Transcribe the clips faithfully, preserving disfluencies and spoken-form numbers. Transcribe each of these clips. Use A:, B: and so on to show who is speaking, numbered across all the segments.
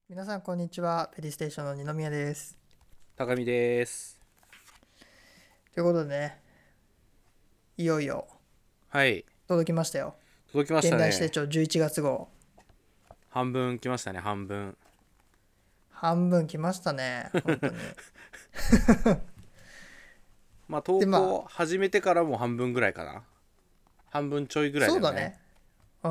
A: 皆さんこんにちは。ペリステーションの二宮です。
B: 高見です。
A: ということでね、いよいよ
B: はい。
A: 届きましたよ。
B: 届きまし
A: 現
B: たね。
A: 代史手帳じゅういちがつ号。
B: 半分来ましたね、半分。
A: 半分来ましたね、本当に。
B: まあ、投
A: で、まあ、
B: 稿始めてからも半分ぐらいかな。半分ちょいぐらいだよね。
A: そうだね。うん、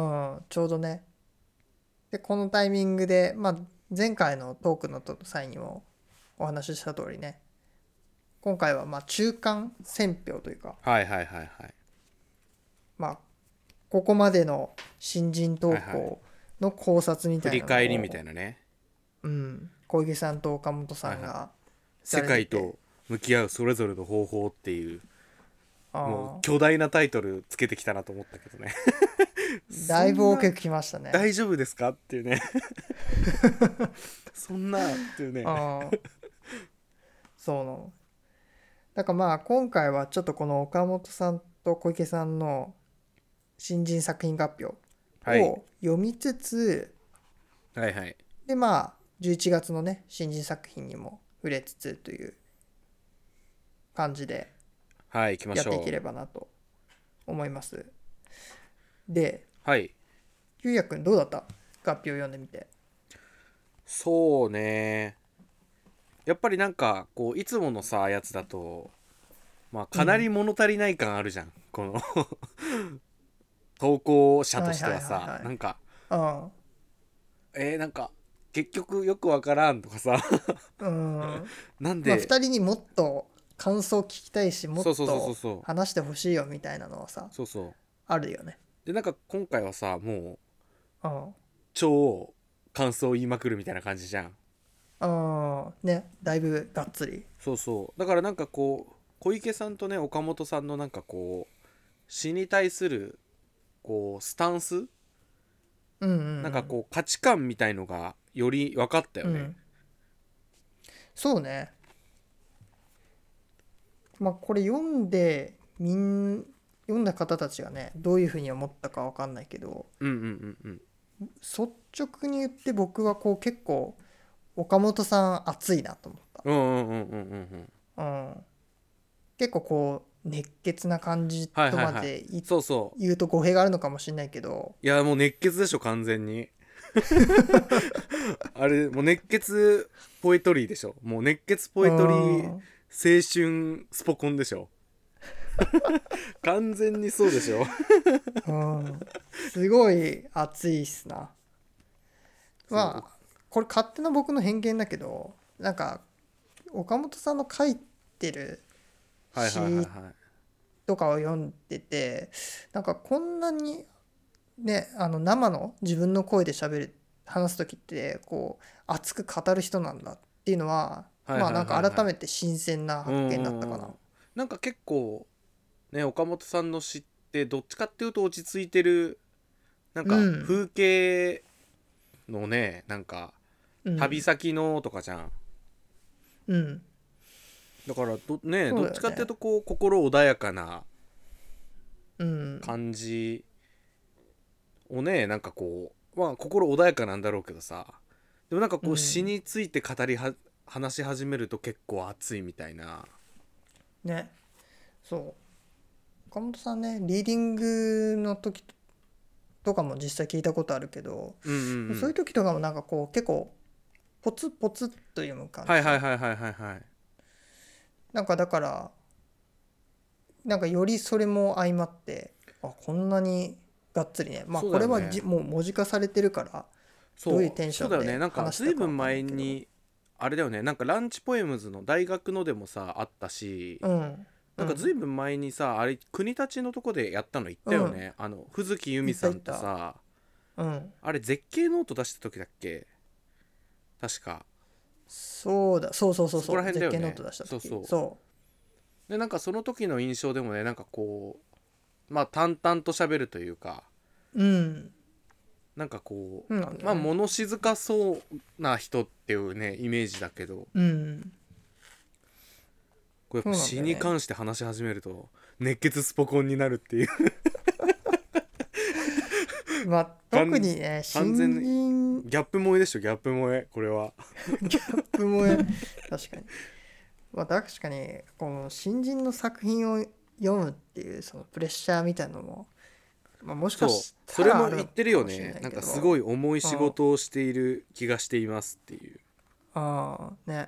A: ちょうどね。で、このタイミングで、まあ、前回のトークの際にもお話しした通りね、今回はまあ中間選評というか、
B: はいはいはいはい。
A: まあ、ここまでの新人投
B: はいはい。
A: 稿の考察み
B: 振
A: たいなの
B: り返りみた
A: を、
B: いなね。
A: うん、小池さんと岡本
B: はいはい。
A: さんがさ
B: 世
A: れてて、
B: 界と向き合うそれぞれの方法っていう、もう
A: ああ、
B: 巨大なタイトルつけてきたなと思ったけどね。
A: だいぶ
B: そんな、
A: 大きくきましたね。
B: 大丈夫ですかっていうね。そんなっていうね。
A: ああ、そうなの。だからまあ今回はちょっとこの岡本さんと小池さんの新人作品発表
B: はい。
A: を読みつつ、
B: はいはい。
A: でまあじゅういちがつのね新人作品にも触れつつという感じで
B: はい、行きましょう。
A: やっていければなと思います。で、
B: はい。
A: ゆうやくんどうだった？発表読んでみて。
B: そうね。やっぱりなんかこういつものさやつだとまあかなり
A: うん。
B: 物足りない感あるじゃんこの投稿者として
A: はいはい
B: はさ、
A: はいはい。
B: なんか
A: あ
B: えー、なんか結局よくわからんとかさ
A: あ、うん。
B: なん
A: まあ
B: で、
A: ふたりにもっと感想聞きたいし、もっ
B: そうそうそうそう
A: と
B: そう
A: 話してほしいよみたいなのはさ、
B: そうそ
A: あるよね。
B: うで、なんか今回はさもう
A: うん。
B: 超感想言いまくるみたいな感じじゃん。
A: ああ、ね、だいぶがっつり。
B: そうそうだからなんかこう小池さんとね岡本さんのなんかこう詩に対するこうスタンス、
A: うんう
B: なんか
A: ん
B: こう価値観みたいのがより分かったよ
A: うん。う
B: ね。
A: ん。そうね。まあこれ読んで、みん、読んだ方たちがね、どういうふうに思ったかわかんないけど、
B: うんうんうんうん。
A: 率直に言って僕はこう結構、岡本さん熱いなと思っ
B: うんうんうんうんうんうん。
A: た。うん。結構こう、熱血な感じと
B: はいはいはい。
A: までい
B: そうそ
A: 言うと語弊があるのかもしれないけど、
B: う。いやもう熱血でしょ完全に。あれもう熱血ポエトリーでしょ。もう熱血ポ
A: う
B: エトリー
A: ん。
B: 青春スポコンでしょ。完全にそうでしょ。
A: うん。すごい熱いっすな。
B: そう
A: まあ、これ勝手な僕の偏見だけど、なんか、岡本さんの書いてる
B: はいはいはい
A: 詩
B: はい。
A: とかを読んでて、なんかこんなにね、あの生の自分の声で喋る、話す時って、こう、熱く語る人なんだっていうのは、
B: はいはい
A: まあなんか
B: はいはい。
A: 改めて新鮮な
B: うんう
A: 発見だったかな。
B: んうん。なんか結構ね岡本さんの詩ってどっちかっていうと落ち着いてる、なん
A: うん、
B: か風景のね、なんか旅
A: うん、
B: 先のとかじゃん。
A: うん。
B: だからどね
A: そう
B: どっちかっていう
A: だよね。
B: とこう心穏やかな
A: うん、
B: 感じをね、なんかこうまあ心穏やかなんだろうけどさ、でもなんかこう詩
A: うん。
B: について語りは話し始めると結構熱いみたいな。
A: ね、そう。岡本さんね、リーディングの時とかも実際聞いたことあるけど、
B: うんうんうん。
A: そういう時とかもなんかこう結構ポツポツっと読む感
B: はい
A: じじゃん。
B: はいはいはいはいはい。
A: なんかだからなんかよりそれも相まって、あ、こんなにがっつりね、まあ
B: そう
A: これは
B: だよね。
A: じもう文字化されてるからどういうテン
B: そうそうだよね。
A: ションで
B: なんか
A: 話したかわ
B: ずいぶん
A: かんないけど、
B: 前にあれだよね、なんかランチポエムズの大学のでもさあったし、
A: うん
B: なんかずい
A: うん
B: ぶん前にさあれ国立のとこでやったの行ったよ
A: うん
B: ね。あの藤木由
A: い
B: 美さんと
A: ったいった、
B: さ、
A: うん
B: あれ絶景ノート出した時だっけ、確か。
A: そうだ、そうそうそう
B: そこら
A: そう、絶
B: 辺だよね。
A: 景ノート出した
B: そうそ
A: 時そ
B: う。でなんかその時の印象でもね、なんかこうまあ淡々と喋るというか、
A: う、うん
B: なんかこ
A: そうなん
B: うまあ
A: だよね。
B: 物静かそうな人っていうねイメージだけど、
A: うん
B: こうやっぱ
A: そうなんだよね。
B: 詩に関して話し始めると熱血スポコンになるっていう。
A: まあ特にね新
B: 完全に
A: 人
B: ギャップ萌えでしょ、ギャップ萌えこれは。
A: ギャップ萌え確かにまあ確かにこの新人の作品を読むっていうそのプレッシャーみたいなのも、まあ、もしか
B: そう
A: し
B: それ
A: たらある
B: も言ってる
A: かもしれ
B: よね。なんか
A: ないけど、
B: すごい重い仕
A: うん
B: 事をしている気がしていますっていう。
A: ああね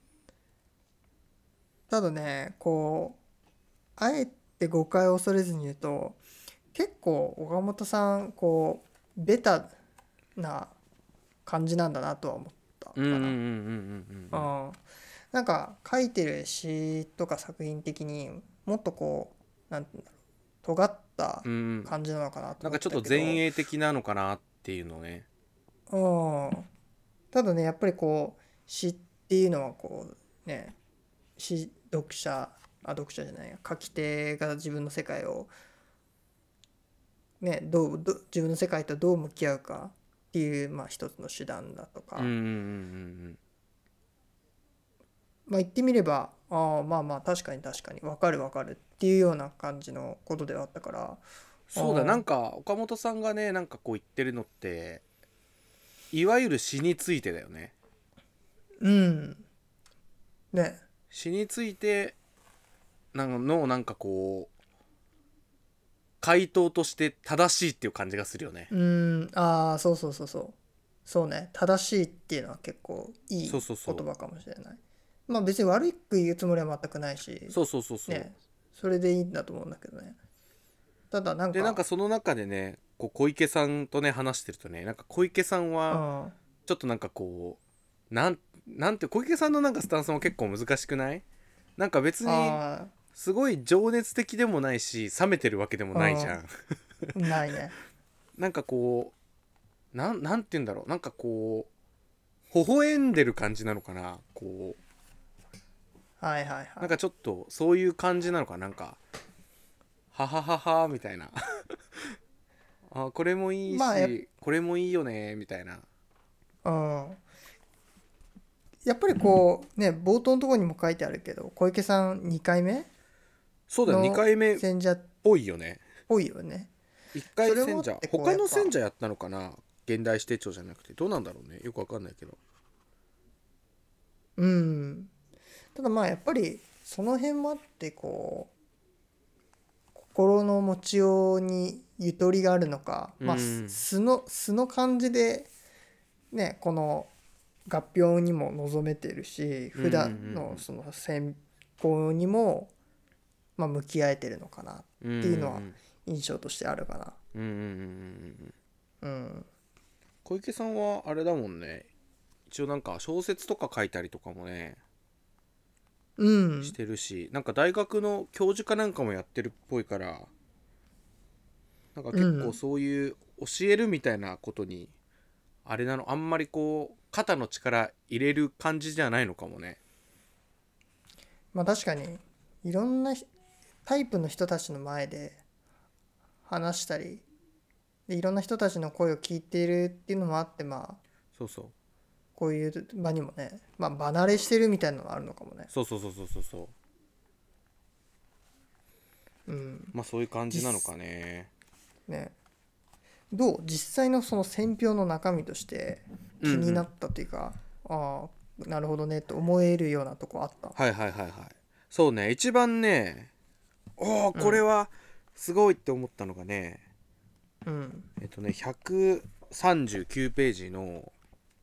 A: ただねこうあえて誤解を恐れずに言うと結構岡本さんこうベタな感じなんだなとは思った
B: うんうんうんうん
A: かな。
B: うんうん
A: うんなんか書いてる詩とか作品的にもっとこうなんていうんだろう尖った
B: うんうん。
A: 感じなのかなと思って
B: なんかちょっと
A: たけど、
B: 前衛的なのかなっていうのね。
A: うん、ただねやっぱりこう詩っていうのはこうね詩読者あ読者じゃないや書き手が自分の世界をねどうど自分の世界とどう向き合うかっていう、まあ、一つの手段だとか、
B: うんうんうん
A: まあ言ってみればああまあまあ確かに確かに分かる分かるっていうような感じのことではあったから、
B: そうだ、なんか岡本さんがねなんかこう言ってるのっていわゆる詩についてだよね。
A: うんね
B: 詩についてなんのなんかこう回答として正しいっていう感じがするよね。
A: うんああそうそうそうそうそうね正しいっていうのは結構い
B: そう
A: い
B: そうそう
A: 言葉かもしれない。まあ別に悪く言うつもりは全くないし
B: そうそうそうそう。
A: ねそれでいいんだと思うんだけどね。ただなん
B: でなん
A: か
B: かその中でねこう小池さんとね話してるとねなんか小池さんは
A: うん
B: ちょっとなんかこうなんなんて小池さんのなんかスタンスも結構難しくない？なんか別に
A: あ
B: すごい情熱的でもないし冷めてるわけでもないじゃん。
A: あうんないね
B: なんかこうなんなんて言うんだろうなんかこう微笑んでる感じなのかなこ
A: はいはいはい
B: うなんかちょっとそういう感じなのかななんかははははみたいなあこれもいい
A: まあや、
B: しこれもいいよねみたいな。
A: うん、やっぱりこうね冒頭のところにも書いてあるけど小池さんにかいめ
B: そうだ2
A: の
B: 回目っ
A: 選者っ
B: ぽいよね。
A: ぽいよね。
B: いっかい
A: それも
B: 選者
A: ってこう
B: 他の
A: やっぱ
B: 選者やったのかな現代指定帳じゃなくてどうなんだろうねよくわかんないけど。
A: うんただまあやっぱりその辺もあってこう心の持ちようにゆとりがあるのかまあ
B: うん
A: 素の素の感じでねこの合評にも臨めてるし
B: うんうん
A: 普段のその選考にもまあ向き合えてるのかなっ
B: うんうん
A: ていうのは印象としてあるかな。
B: うんうんうんうんうん
A: うん
B: 小池さんはあれだもんね一応なんか小説とか書いたりとかもね
A: うん
B: してるしなんか大学の教授かなんかもやってるっぽいからなんか結構
A: うん
B: そういう教えるみたいなことにあれなのあんまりこう肩の力入れる感じじゃないのかもね。
A: まあ確かにいろんなひタイプの人たちの前で話したりでいろんな人たちの声を聞いているっていうのもあってまあ
B: そうそう
A: こういう場にもねまあ離れしてるみたいなのがあるのかもね。
B: そうそうそうそうそうそう
A: うん
B: まあそういう感じなのかね。
A: ねどう実際のその選票の中身として気になったというか、うんうん、ああなるほどねと思えるようなとこあった。
B: はいはいはいはいそうね一番ねおおこれはすごいって思ったのがね、
A: うん、
B: えっとねひゃくさんじゅうきゅうページの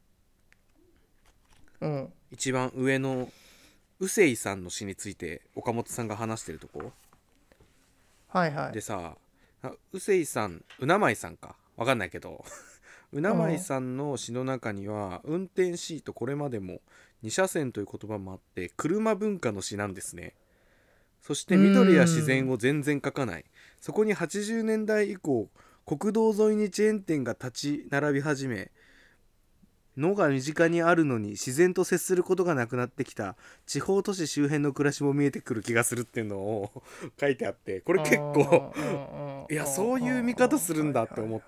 A: うん
B: 一番上の臼井さんの詩について岡本さんが話してるとこ
A: はいはい
B: でさ臼井さんうなまいさんかわかんないけどうなまいさんの詩の中には運転シートこれまでもに車線という言葉もあって車文化の詩なんですね。そして緑や自然を全然描かない。そこにはちじゅうねんだい以降国道沿いにチェーン店が立ち並び始め野が身近にあるのに自然と接することがなくなってきた地方都市周辺の暮らしも見えてくる気がするっていうのを書いてあってこれ結構いやそういう見方するんだって思った。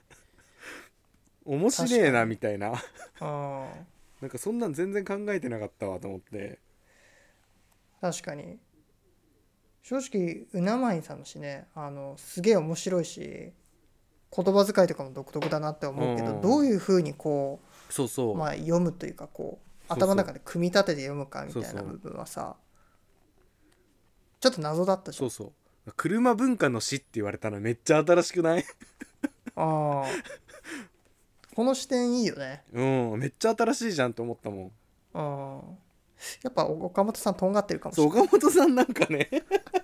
B: 面白えなみたいななんかそんなん全然考えてなかったわと思って。
A: 確かに正直うなまいさんの詩ねあのすげえ面白いし言葉遣いとかも独特だなって思うけど、
B: うん
A: どういうふうにこ
B: そうそうう、
A: まあ読むというかこう
B: そうそう
A: 頭の中で組み立てて読むかみたい
B: そうそう
A: な部分はさちょっと謎だったじゃん。
B: そうそう車文化の死って言われたらめっちゃ新しくない？
A: ああこの視点いいよね。
B: うんめっちゃ新しいじゃんと思ったもん。
A: ああやっぱ岡本さんとんがってるかもし
B: そう
A: れない。
B: 岡本さんなんかね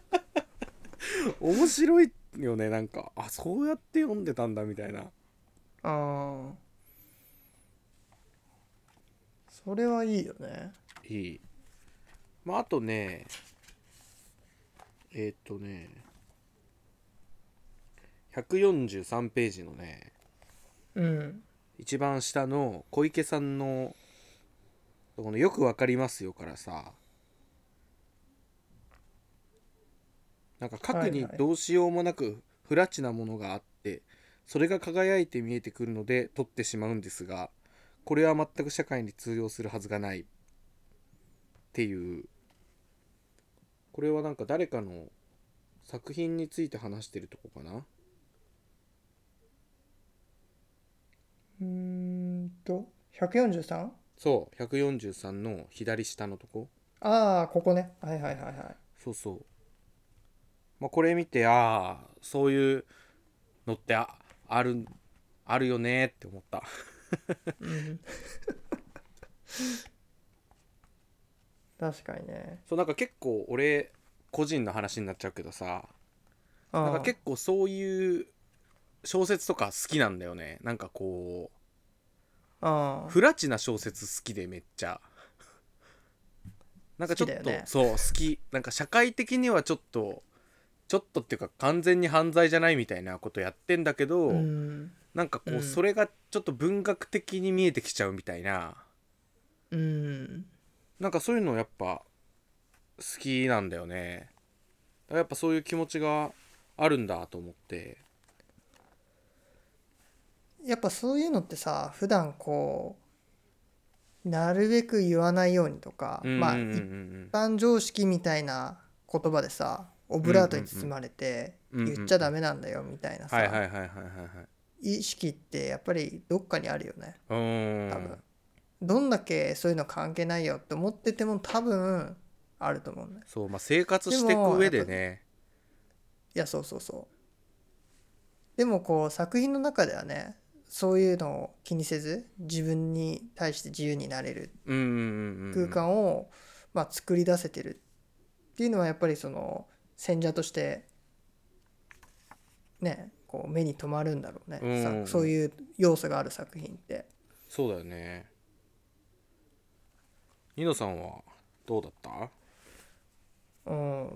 B: 面白いよね。なんかあそうやって読んでたんだみたいな。
A: ああそれはいいよね。
B: いい。まああとねえーっとねひゃくよんじゅうさんページのね
A: うん
B: 一番下の小池さんのこのよくわかりますよからさ、なんか核に
A: はいはい
B: どうしようもなく不埒なものがあってそれが輝いて見えてくるので取ってしまうんですが、これは全く社会に通用するはずがないっていう、これはなんか誰かの作品について話してるとこかな。
A: うーんと ひゃくよんじゅうさん？
B: そうひゃくよんじゅうさんの左下のとこ。
A: ああここねはいはいはいはい
B: そうそう、まあ、これ見てああそういうのってああるあるよねって思った。
A: うん確かにね。
B: そうなんか結構俺個人の話になっちゃうけどさ、なんか
A: あ
B: 結構そういう小説とか好きなんだよね。なんかこう
A: ああ
B: 不埒な小説好きでめっちゃなんかちょっと、
A: 好きだよね。
B: そう好き。なんか社会的にはちょっとちょっとっていうか完全に犯罪じゃないみたいなことやってんだけど、
A: うん
B: なんかこう、
A: うん
B: それがちょっと文学的に見えてきちゃうみたいな、
A: うん
B: なんかそういうのやっぱ好きなんだよね。だからやっぱそういう気持ちがあるんだと思って。
A: やっぱそういうのってさ普段こうなるべく言わないようにとか
B: うんうんうん
A: まあ一般常識みたいな言葉でさオブラートに包まれて
B: うんうんうん
A: 言っちゃダメなんだよみたいなさ
B: はいはいはいはいはいはい
A: 意識ってやっぱりどっかにあるよね
B: うーん
A: 多分。どんだけそういうの関係ないよって思ってても多分あると思うね。
B: そうまあ生活
A: で
B: していく上
A: もやっぱい
B: でね。
A: やそうそうそうでもこう作品の中ではねそういうのを気にせず自分に対して自由になれる
B: うんうんうんうんう
A: 空
B: ん
A: 間を、まあ、作り出せてるっていうのはやっぱりその選者としてねこう目に留まるんだろうね、
B: うんうんうん
A: さそういう要素がある作品って。
B: そうだよね。ニノさんはどうだった？
A: うん、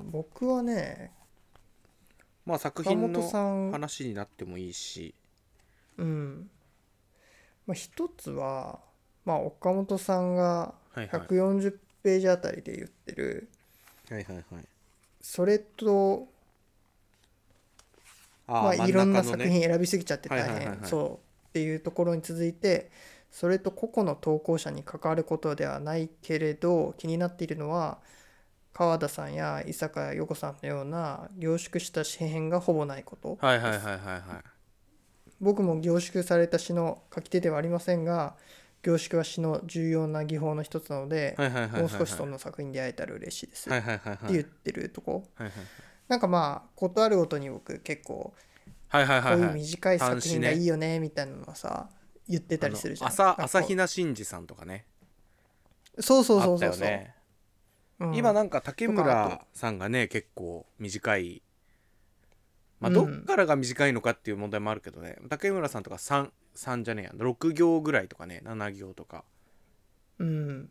A: 僕はね
B: まあ作
A: 岡本
B: 品の
A: さん、
B: 話になってもいいし。
A: うんまあ、一つは、まあ、岡本さんが
B: はいはい
A: ひゃくよんじゅうページあたりで言ってる
B: はいはいはい。
A: それと
B: ああ真ん
A: まあいろんな
B: 中のね。
A: 作品選びすぎちゃって大
B: はいはいはいはい
A: 変そうっていうところに続いてそれと個々の投稿者に関わることではないけれど気になっているのは川田さんや伊坂陽子さんのような凝縮した詩編がほぼないことです。
B: はいはいはいはいはい。
A: 僕も凝縮された詩の書き手ではありませんが凝縮は詩の重要な技法の一つなので
B: はいはいはいはいはい
A: もう少しそんな作品に出会えたら嬉しいですっ
B: はいはいはいはい
A: て言ってるとこ
B: はい
A: なんかまあことあるごとに僕結構
B: はいはいは
A: こういう
B: いはい。
A: 短い作品がいい
B: ね。
A: よねみたいなのはさ言ってた
B: あの
A: りするじゃん。
B: 朝
A: なんか
B: 朝比奈真司さんとかね。
A: そうそう
B: あった
A: そうそうそう、
B: よね。
A: うん、
B: 今なんか竹
A: とかあと
B: 村さんがね結構短い。まあどっ
A: うん
B: からが短いのかっていう問題もあるけどね。竹村さんとかさん、さんじゃねえや。ろく行ぐらいとかね。なな行とか。
A: うん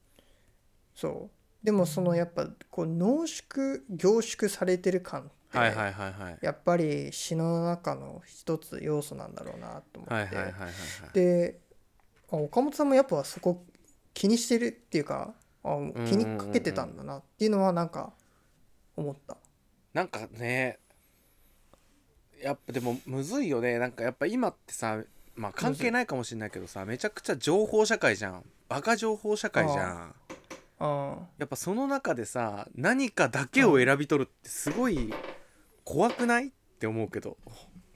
A: そうでもそのやっぱこう濃縮凝縮されてる感って
B: はいはいはいはい。
A: やっぱり詩の中の一つ要素なんだろうなと思って、
B: はいはいはいはいはい。
A: であ岡本さんもやっぱそこ気にしてるっていうかあ気にかけてたんだなっていうのはなんか思った。
B: なんかね、やっぱでもむずいよね。なんかやっぱ今ってさ、まあ関係ないかもしれないけどさ、めちゃくちゃ情報社会じゃん。バカ情報社会じゃん。
A: あ
B: やっぱその中でさ、何かだけを選び取るってすごい怖くないって思うけど、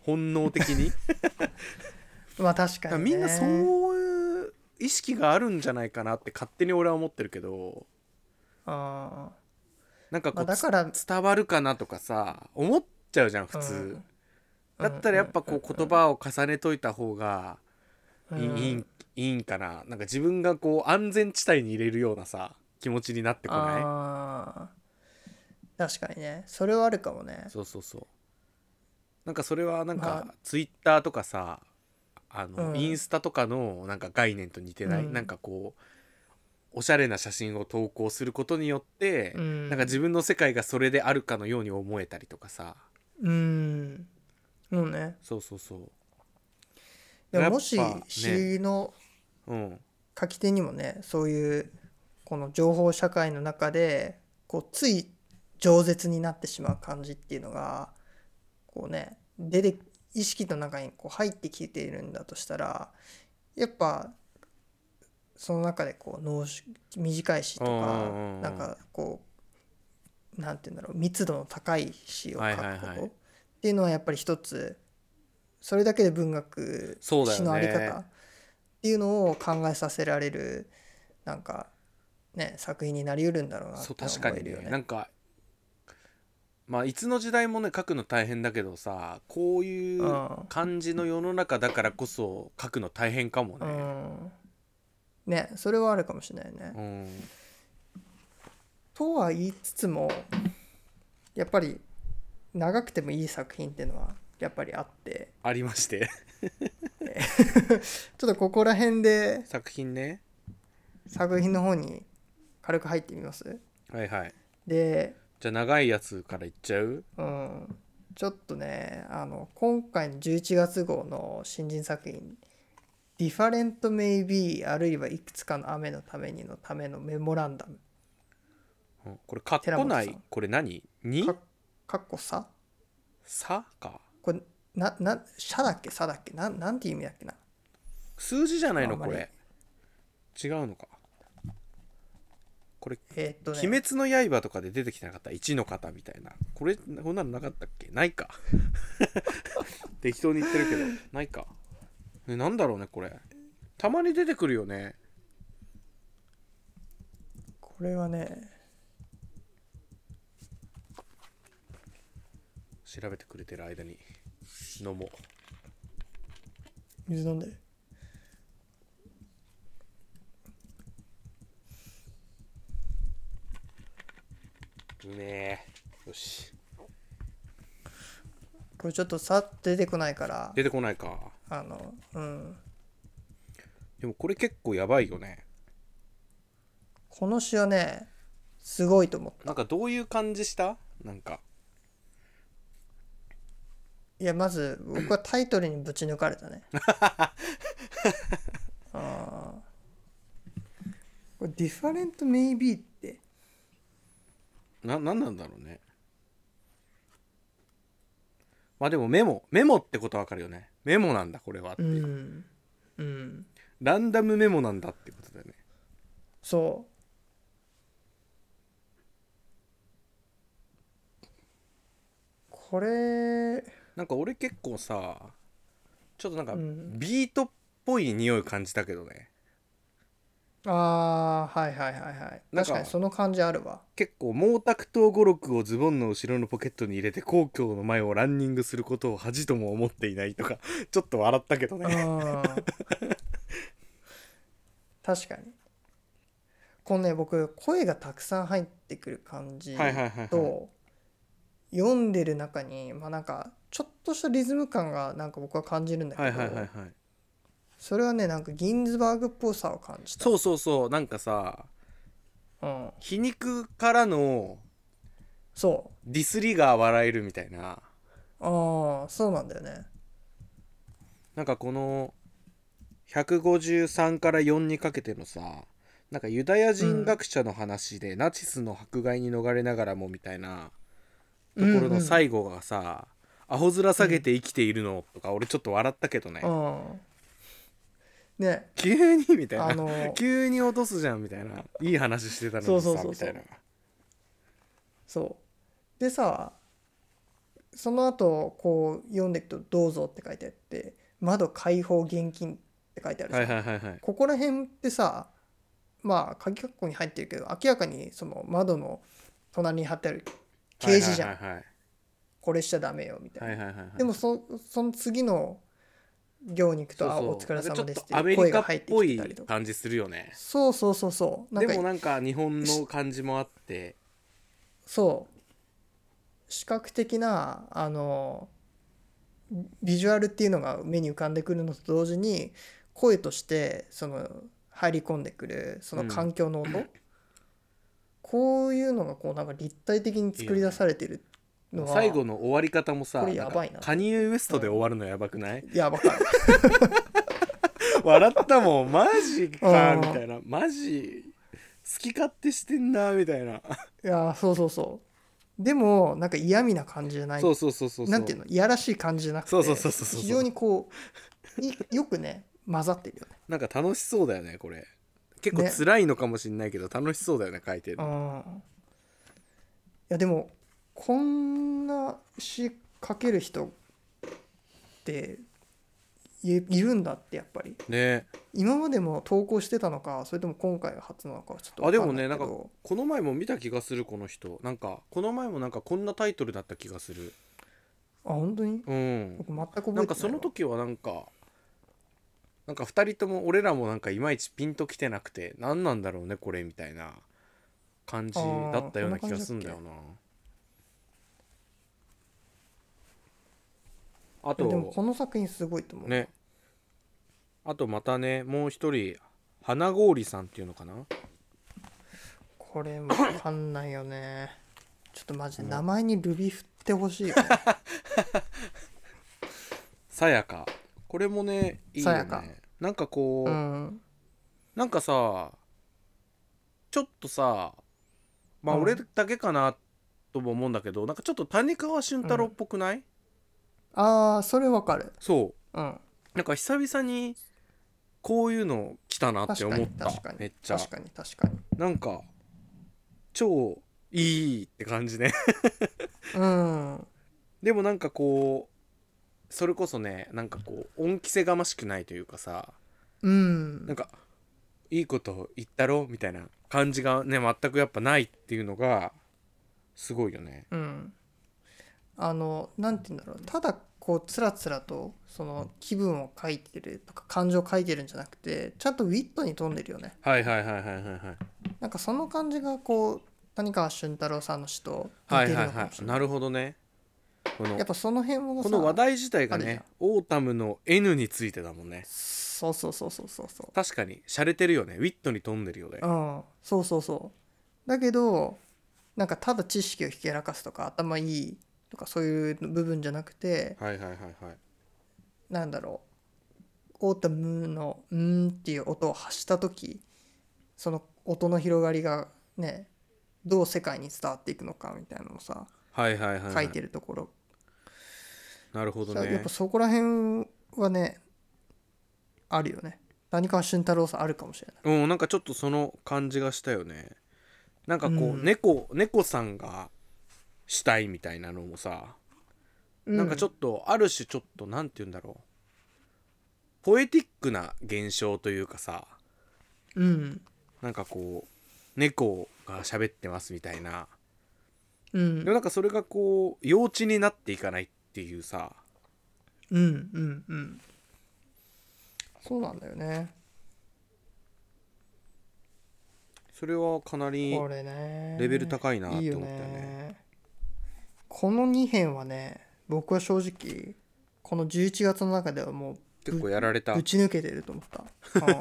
B: 本能的に
A: まあ確かにね。
B: みんなそういう意識があるんじゃないかなって勝手に俺は思ってるけど、
A: あ
B: なんかこう、
A: まあだから
B: つ伝わるかなとかさ思っちゃうじゃん普通、
A: うん
B: だったらやっぱこう言葉を重ねといた方がいい,、
A: うん
B: いいんいいんかな。なんか自分がこう安全地帯に入れるようなさ気持ちになってこない？
A: あー確かにね、それはあるかもね。
B: そうそうそう。なんかそれはなん
A: ま
B: かツイッターとかさ、あの、
A: うん
B: インスタとかのなんか概念と似てない、
A: うん
B: なんかこうおしゃれな写真を投稿することによって、
A: うん
B: なんか自分の世界がそれであるかのように思えたりとかさ。
A: うんもうね。
B: そうそうそう。
A: でも
B: やっぱ
A: もし詩の
B: うん
A: 書き手にもね、そういうこの情報社会の中でこうつい饒舌になってしまう感じっていうのがこうね出て意識の中にこう入ってきているんだとしたら、やっぱその中でこう濃縮短い詩と
B: うんう
A: か
B: んうんうん
A: なんかこうなんていうんだろう密度の高い詩を書くこと、
B: はいはいはい
A: っていうのはやっぱり一つそれだけで文学
B: そうだよね
A: 詩のあり方っていうのを考えさせられるなんかね作品になりうるんだろうなっ
B: そう
A: て
B: 確かに
A: 思えるよね。
B: ね。なんかまあいつの時代もね書くの大変だけどさ、こう
A: う
B: いうん感じの世の中だからこそ書くの大変かも
A: う
B: ね。
A: んねそれはあるかもしれないね。
B: うん
A: とは言いつつもやっぱり長くてもいい作品っていうのはやっぱりあって、
B: ありまして
A: ちょっとここら辺で
B: 作品ね。
A: 作品の方に軽く入ってみます。
B: はいはい。
A: で、
B: じゃあ長いやつからいっちゃう？
A: うん、ちょっとねあの今回のじゅういちがつ号の新人作品「Different Maybe あるいはいくつかの雨のために」のためのメモランダム。
B: うんこれカッコない
A: 寺本さん
B: これ何に
A: かかっこさ
B: さか
A: これななしゃだっけさだっけななんていう意味だっけな。
B: 数字じゃないの
A: あんまり
B: これ違うのかこれ
A: えーっとね
B: 鬼滅の刃とかで出てきてなかったいちの方みたいな、これこんなのなかったっけ？ないか適当に言ってるけどないか。えなんだろうねこれ、たまに出てくるよね。
A: これはね
B: 調べてくれてる間に飲もう。
A: 水飲んで。
B: うめえ。よし
A: これちょっとさっと出てこないから
B: 出てこないか。
A: あのうん
B: でもこれ結構やばいよね。
A: この詩はねすごいと思った。
B: なんかどういう感じした？なんか
A: いやまず僕はタイトルにぶち抜かれたねあこれ Different Maybe って
B: な、なんなんだろうね。まあでもメモメモってことはわかるよね。メモなんだこれはって
A: う
B: いう、
A: んうん
B: ランダムメモなんだってことだよね。
A: そうこれ
B: なんか俺結構さちょっとなんか
A: うん
B: ビートっぽい匂い感じたけどね。
A: あーはいはいはいはい
B: なんか
A: 確かにその感じあるわ。
B: 結構毛沢東語録をズボンの後ろのポケットに入れて皇居の前をランニングすることを恥とも思っていないとかちょっと笑ったけど
A: う
B: ね。
A: ん確かにこのね僕声がたくさん入ってくる感じ
B: はいはいはいはい
A: と読んでる中にまあなんかちょっとしたリズム感がなんか僕は感じるんだけど、
B: はいはいはいはい
A: それはねなんかギンズバーグっぽさを感じた。
B: そうそうそう。なんかさ
A: うん
B: 皮肉からの
A: そ
B: ディスりが笑えるみたいな。
A: うああそうなんだよね。
B: なんかこのひゃくごじゅうさんからよんにかけてのさ、なんかユダヤ人学者の話で、ナチスの迫害に逃れながらもみたいなところの最後がさ、アホ面下げて生きているのとか俺ちょっと笑ったけどね、
A: うんね
B: 急にみたいな、
A: あの
B: 急に落とすじゃんみたいな、いい話してたのにさ
A: そうそうそうそう
B: みたいな。
A: そうでさその後こう読んでいくと「どうぞ」って書いてあって「窓開放現金」って書いてあるじ
B: は
A: ゃん、
B: いはいはいはい
A: ここら辺ってさ、まあ鍵括弧に入ってるけど明らかにその窓の隣に貼ってある掲示じゃん、
B: はいはいはい
A: これしちゃダメよみたいな、
B: はいはいはいはい
A: でもそその次の行に行くと「あ
B: そうそう
A: お疲れ様です」って
B: なんかちょっとアメリカっ
A: いう声が入って
B: ぽ
A: きてたりとか、
B: い感じするよね。
A: そうそうそうそう、なんか
B: でもなんか日本の感じもあって、
A: そう視覚的なあのビジュアルっていうのが目に浮かんでくるのと同時に声としてその入り込んでくるその環境の音、こういうのがこうなんか立体的に作り出されてるのは
B: 最後の終わり方もさ、
A: これやばいな
B: なんかカニエ・ウエストで終わるのやばくない？
A: いやわかる
B: 笑ったもんマジか
A: うん
B: みたいな、マジ好き勝手してんなみたいな。
A: いやそうそうそうでもなんか嫌味な感じじゃない、
B: そうそうそうそうそう
A: なんていうのいやらしい感じじゃなくて
B: そうそうそうそうそう
A: 非常にこういよくね混ざってるよね。
B: なんか楽しそうだよねこれ。結構
A: ね
B: 辛いのかもしんないけど楽しそうだよね書いてる
A: う
B: の。
A: んいやでもこんな詩書ける人ってい、いるんだってやっぱり
B: ね。
A: 今までも投稿してたのかそれとも今回が初なのかはちょっと
B: あで
A: 分かんない
B: もねなんか
A: けど、
B: この前も見た気がするこの人。なんかこの前もなんかこんなタイトルだった気がする。
A: あ本当に
B: うん
A: 僕全く覚えてないわ。
B: なんかその時はなんかなんかふたりとも俺らもなんかいまいちピンときてなくて何なんだろうねこれみたいな感じだったような気がするんだよな。あ
A: いやでも
B: と
A: この作品すごいと思う。
B: ねあとまたねもう一人花氷さんっていうのかな。
A: これも分かんないよねちょっとマジで名前にルビ振ってほしいよね
B: さやかこれもねいいよ
A: さやか
B: ね。なんかこう、
A: うん
B: なんかさちょっとさまあ
A: うん
B: 俺だけかなとも思うんだけど、なんかちょっと谷川俊太郎っぽくない？
A: ああそれ分かる。
B: そう
A: うん
B: なんか久々にこういうの来たなって
A: 確かに
B: 思った
A: 確かに
B: めっちゃ
A: 確かに確かに
B: なんか超いいって感じね
A: うん
B: でもなんかこうそれこそねなんかこう恩着せがましくないというかさ、
A: うん
B: なんかいいこと言ったろみたいな感じがね全くやっぱないっていうのがすごいよね。
A: うんあのなんて言うんだろうただこうつらつらとその気分を書いてるとか感情を書いてるんじゃなくてちゃんとウィットに富んでるよね。
B: はいはいはいはいはいはい
A: なんかその感じがこう谷川俊太郎さんの詩と似てる
B: はいはい
A: のかもしれない。
B: はいなるほどね。この
A: やっぱその辺もさ
B: この話題自体が
A: あるじゃん
B: ねオータムの エヌ についてだもんね。
A: そうそうそうそうそうそう
B: 確かに洒落てるよね。ウィットに富んでるよね。
A: うんそうそうそうだけどなんかただ知識をひけらかすとか頭いいとかそういう部分じゃなくて
B: はいはいはいはい
A: なんだろうオータムの「ん」っていう音を発した時その音の広がりがねどう世界に伝わっていくのかみたいなのをさ
B: はいはいはいはい
A: 書いてるところ、
B: なるほどね
A: さやっぱ。そこら辺はねあるよね。谷川俊太郎さんあるかもしれない。
B: うんなんかちょっとその感じがしたよね。なんかこう、
A: うん
B: 猫猫さんがしたいみたいなのもさ、なんかちょっとある種ちょっとなんて言うんだろうポエティックな現象というかさ、
A: うん
B: なんかこう猫が喋ってますみたいな、
A: うん
B: でもなんかそれがこう幼稚になっていかないっていうさ、
A: うんうんうんそうなんだよね。
B: それはかなり
A: これね
B: レベル高いなって
A: いいよ
B: 思ったよね。
A: ね。このに編はね僕は正直このじゅういちがつの中ではもう
B: 結構やられた
A: ぶち抜けてると思った。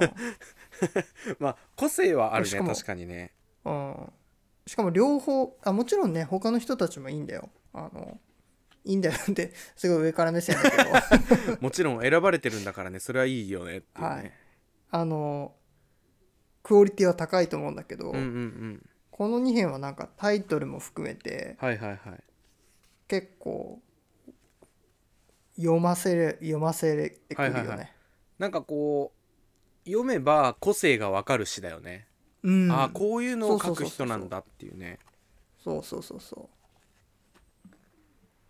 B: まあ個性はあるね
A: しかも
B: 確かにね。
A: うんうんしかも両方あもちろんね他の人たちもいいんだよ。あのいいんだよってすごい上から目線だけど
B: もちろん選ばれてるんだからねそれはいいよねっていうね、
A: はい、あのクオリティは高いと思うんだけど、
B: うんうんうん
A: このに編はなんかタイトルも含めて
B: はいはいはい
A: 結構読ませる読ませてくるよね、
B: はいはいはいなんかこう読めば個性がわかる詩だよね、
A: うん、
B: ああこういうのを書く
A: そうそうそうそう
B: 人なんだっていうね。
A: そうそうそうそう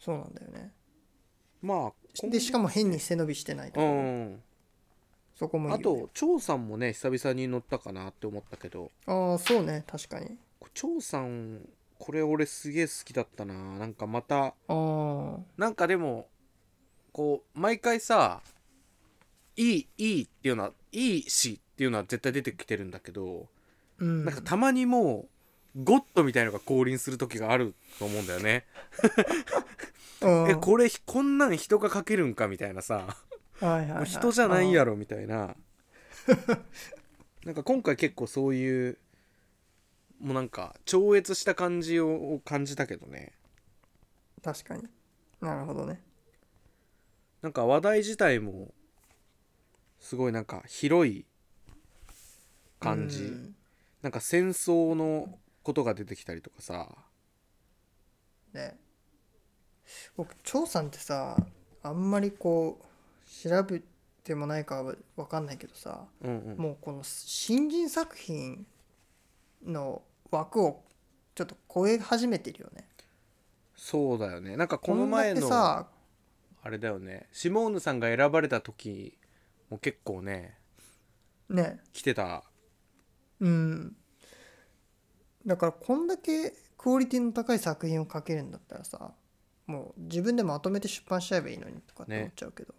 A: そうなんだよね。
B: まあ
A: でしかも変に背伸びしてないと
B: う
A: ころ、
B: ん
A: そこもいいよ、
B: あ
A: ね、
B: と張さんもね久々に乗ったかなって思ったけど、
A: ああそうね、確かに。
B: 張さんこれ俺すげえ好きだったな。なんかまた
A: ああ
B: なんかでもこう毎回さいいいいっていうのはいいしっていうのは絶対出てきてるんだけど、
A: うん
B: なんかたまにもうゴッドみたいのが降臨する時があると思うんだよね。
A: うん
B: えこれこんなん人が書けるんかみたいなさ、
A: はいはいはい、
B: もう人じゃないや
A: ろ。
B: ろみたいな。なんか今回結構そういうもうなんか超越した感じを感じたけどね。
A: 確かに。なるほどね。
B: なんか話題自体もすごいなんか広い感じ、
A: うん
B: なんか戦争のことが出てきたりとかさ。
A: ね、僕張さんってさ、あんまりこう調べてもないかは分かんないけどさ、
B: うんうん
A: もうこの新人作品の枠をちょっと超え始めてるよね。
B: そうだよね。なんかこ
A: こんだ
B: の前の
A: けさ、
B: あれだよね、シモーヌさんが選ばれた時も結構ね
A: ね、
B: 来てた。
A: うんだからこんだけクオリティの高い作品を書けるんだったらさ、もう自分でまとめて出版しちゃえばいいのにとかって思っちゃうけど、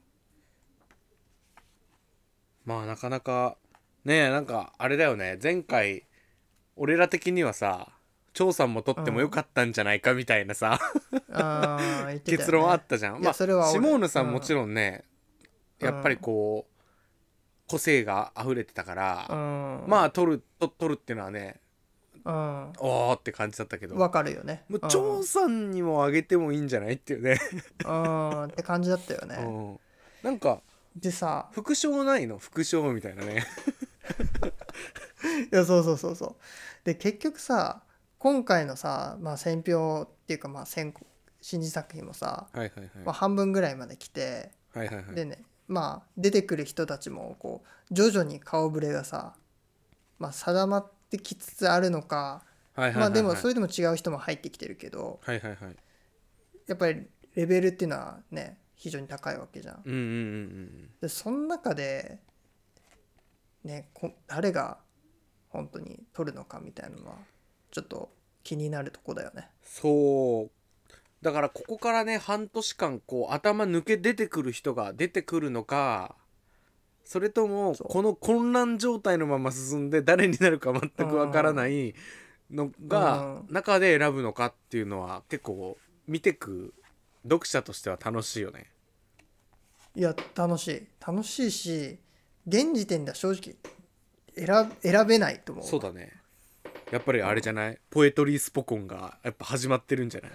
B: まあなかなかねえ、なんかあれだよね、前回俺ら的にはさ張さんも撮ってもよかったんじゃないかみたいなさ、
A: ああ言ってたよね。
B: 結論あったじゃん。
A: いや
B: まあシ
A: それは俺
B: モーヌさんもちろんね、
A: うん
B: やっぱりこう個性が溢れてたか
A: う
B: ら、
A: ん
B: まあ撮ると撮るっていうのはね、
A: うん
B: おーって感じだったけど、
A: わかるよね。
B: もう
A: うん
B: 張さんにもあげてもいいんじゃないっていうね。
A: うんって感じだったよ
B: う
A: ね。
B: ん、なんか
A: でさ、
B: 副賞ないの副賞みたいなね。
A: いやそうそうそうそう。で結局さ、今回のさ、まあ、選評っていうかまあ選考新人作品もさ、
B: はいはい
A: まあ、半分ぐらいまで来て、
B: はいはいはいはい。
A: でね、まあ出てくる人たちもこう徐々に顔ぶれがさ、まあ、定まってきつつあるのか、
B: はいはいはいはい、
A: まあでもそれでも違う人も入ってきてるけど、
B: はいはいはい。
A: やっぱりレベルっていうのはね非常に高いわけじゃん。
B: うんうんうんうん
A: でその中でねこ誰が本当に取るのかみたいなのはちょっと気になるとこだよね。
B: そうだからここからね半年間こう頭抜け出てくる人が出てくるのか、それとも
A: そう
B: この混乱状態のまま進んで誰になるか全くわからないのが
A: うん
B: 中で選ぶのかっていうのは結構見てく読者としては楽しいよね。
A: いや楽しい楽しいし、現時点では正直選選べないと思う。
B: そうだね。やっぱりあれじゃない、ポエトリースポコンがやっぱ始まってるんじゃない。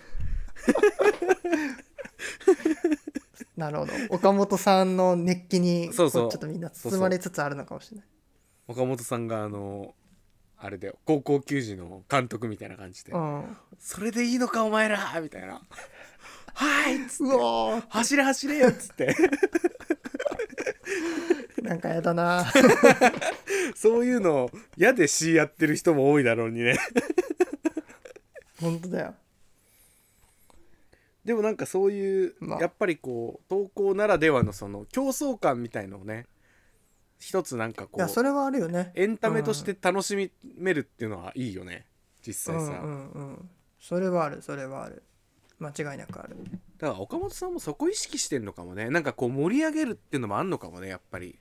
A: なるほど。岡本さんの熱気にこ
B: そうそう
A: うちょっとみんな包まれつつあるのかもしれない。
B: 岡本さんがあのあれだよ、高校球児の監督みたいな感じで、
A: うん
B: それでいいのかお前らみたいな、はいっつって
A: うわー
B: 走れ走れよっつって
A: なんかやだな。
B: そういうの嫌で C やってる人も多いだろうにね。
A: 本当だよ。
B: でもなんかそういう、
A: まあ
B: やっぱりこう投稿ならではのその競争感みたいのをね、一つなんかこ
A: いやそれはあるよね。
B: うエンタメとして楽しめるっていうのはいいよね実際さ、
A: うんうんうんそれはあるそれはある。間違いなくある。
B: だから岡本さんもそこ意識してんのかもね。なんかこう盛り上げるっていうのもあんのかもねやっぱり。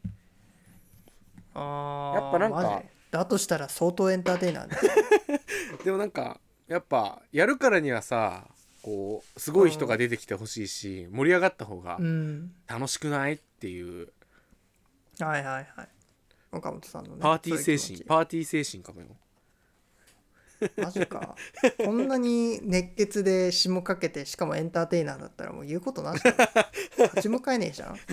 A: あ
B: やっぱなんか
A: マジだとしたら相当エンターテイナーだ。
B: でもなんかやっぱやるからにはさ、こうすごい人が出てきてほしいし盛り上がった方が
A: うん
B: 楽しくないっていう、
A: はいはいはい。岡本さんのね
B: パーティー精神
A: そういう気持ち
B: パーティー精神かもよ。
A: マジか。こんなに熱血で霜かけてしかもエンターテイナーだったらもう言うことなしだ。立ち向かえねえじゃん。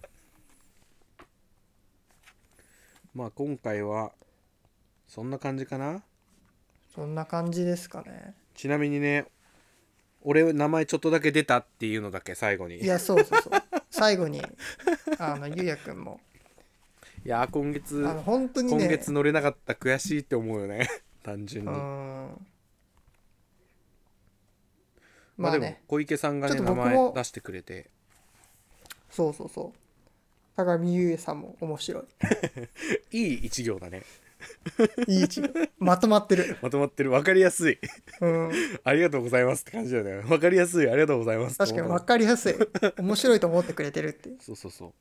B: まあ今回はそんな感じかな。
A: そんな感じですかね。
B: ちなみにね、俺名前ちょっとだけ出たっていうのだけ最後に、
A: いやそうそうそう最後にあのゆうやくんも
B: いやー今月
A: あの本当にね
B: 今月乗れなかった悔しいって思うよね単純
A: う
B: に。
A: ん
B: まあでも
A: まあね、
B: 小池さんがね
A: ちょっ
B: 名前
A: と僕も
B: 出してくれて
A: そうそうそう高見優さんも面白い
B: いい一行だね。
A: いい位置まとまってる
B: まとまってる、分かりやすい。
A: うん
B: ありがとうございますって感じだよね。分かりやすい、ありがとうございますって
A: 確かに
B: 思った
A: 分かりやすい面白いと思ってくれてるっていう
B: そうそうそう。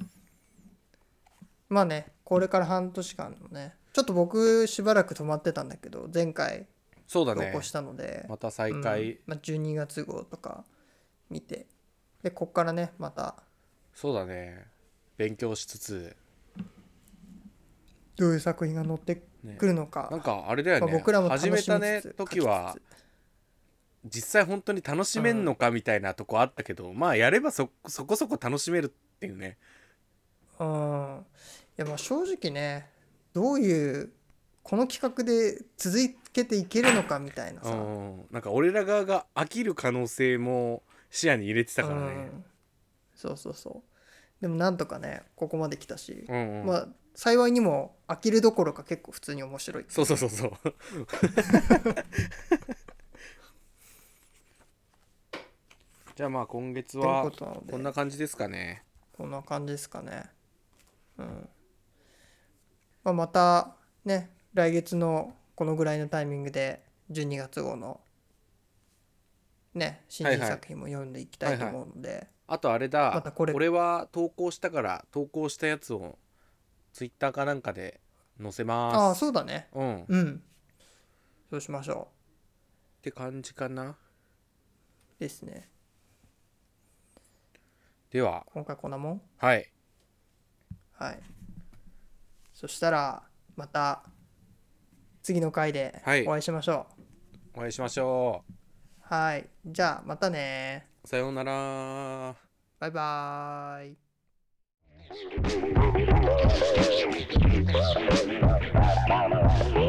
A: まあねこれから半年間のねちょっと僕しばらく止まってたんだけど前回
B: そうだね
A: 投稿したので、
B: また再開、
A: うんまあ、じゅうにがつ号とか見てでこっからねまた
B: そうだね勉強しつつ
A: どういう作品が載ってくるのか、
B: なんかあれだよね、
A: まあ僕らも楽し
B: 始
A: みつつ
B: めたね時は実際本当に楽しめんのかみたいなとこあったけど、まあやれば そ, そこそこ楽しめるっていうね。
A: うんいやまあ正直ねどういうこの企画で続けていけるのかみたいなさ、
B: うんなんか俺ら側が飽きる可能性も視野に入れてたからね。
A: うんそうそうそうでもなんとかねここまで来たし、
B: うんうん、
A: まあ幸いにも飽きるどころか結構普通に面白い。
B: そうそうそうそうじゃあまあ今月は
A: ということなので
B: こんな感じですかね。
A: こんな感じですかね。うんまあ、またね来月のこのぐらいのタイミングでじゅうにがつ号のね新人作品も読んでいきたいと思うので、はいはい
B: あとあれだ、
A: またこれ
B: 俺は投稿したから投稿したやつをツイッターかなんかで載せます。
A: ああそうだね
B: うん
A: うんそうしましょう
B: って感じかな。
A: ですね。
B: では
A: 今回こんなもん
B: はい
A: はいそしたらまた次の回でお会いしましょ
B: う、はい、お会いしましょう。
A: はいじゃあまたね
B: さようなら。
A: バイバーイ